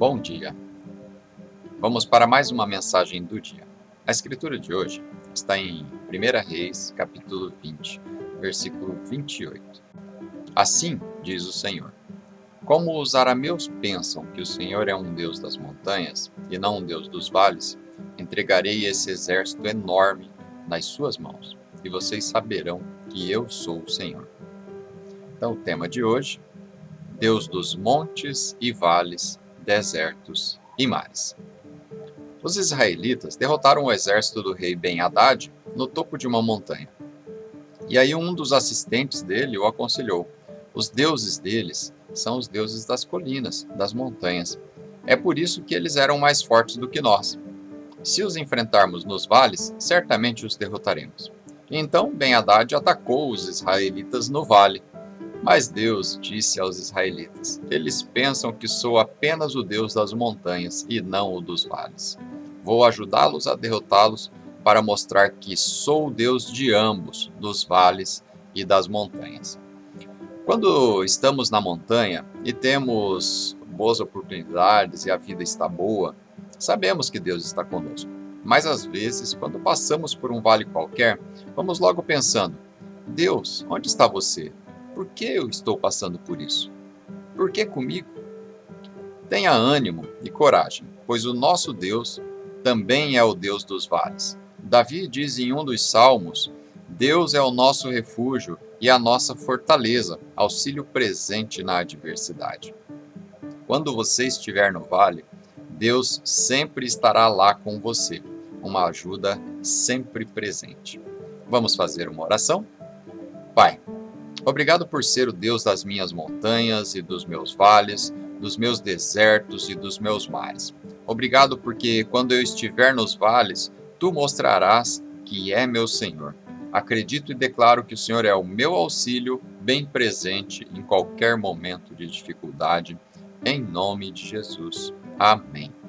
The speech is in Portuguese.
Bom dia. Vamos para mais uma mensagem do dia. A escritura de hoje está em 1 Reis, capítulo 20, versículo 28. Assim diz o Senhor: como os arameus pensam que o Senhor é um Deus das montanhas e não um Deus dos vales, entregarei esse exército enorme nas suas mãos, e vocês saberão que eu sou o Senhor. Então, o tema de hoje: Deus dos montes e vales, desertos e mares. Os israelitas derrotaram o exército do rei Ben-Hadad no topo de uma montanha. E aí um dos assistentes dele o aconselhou: os deuses deles são os deuses das colinas, das montanhas. É por isso que eles eram mais fortes do que nós. Se os enfrentarmos nos vales, certamente os derrotaremos. Então Ben-Hadad atacou os israelitas no vale. Mas Deus disse aos israelitas: eles pensam que sou apenas o Deus das montanhas e não o dos vales. Vou ajudá-los a derrotá-los para mostrar que sou o Deus de ambos, dos vales e das montanhas. Quando estamos na montanha e temos boas oportunidades e a vida está boa, sabemos que Deus está conosco. Mas às vezes, quando passamos por um vale qualquer, vamos logo pensando: Deus, onde está você? Por que eu estou passando por isso? Por que comigo? Tenha ânimo e coragem, pois o nosso Deus também é o Deus dos vales. Davi diz em um dos salmos: Deus é o nosso refúgio e a nossa fortaleza, auxílio presente na adversidade. Quando você estiver no vale, Deus sempre estará lá com você, uma ajuda sempre presente. Vamos fazer uma oração? Pai, obrigado por ser o Deus das minhas montanhas e dos meus vales, dos meus desertos e dos meus mares. Obrigado porque quando eu estiver nos vales, tu mostrarás que é meu Senhor. Acredito e declaro que o Senhor é o meu auxílio, bem presente em qualquer momento de dificuldade. Em nome de Jesus. Amém.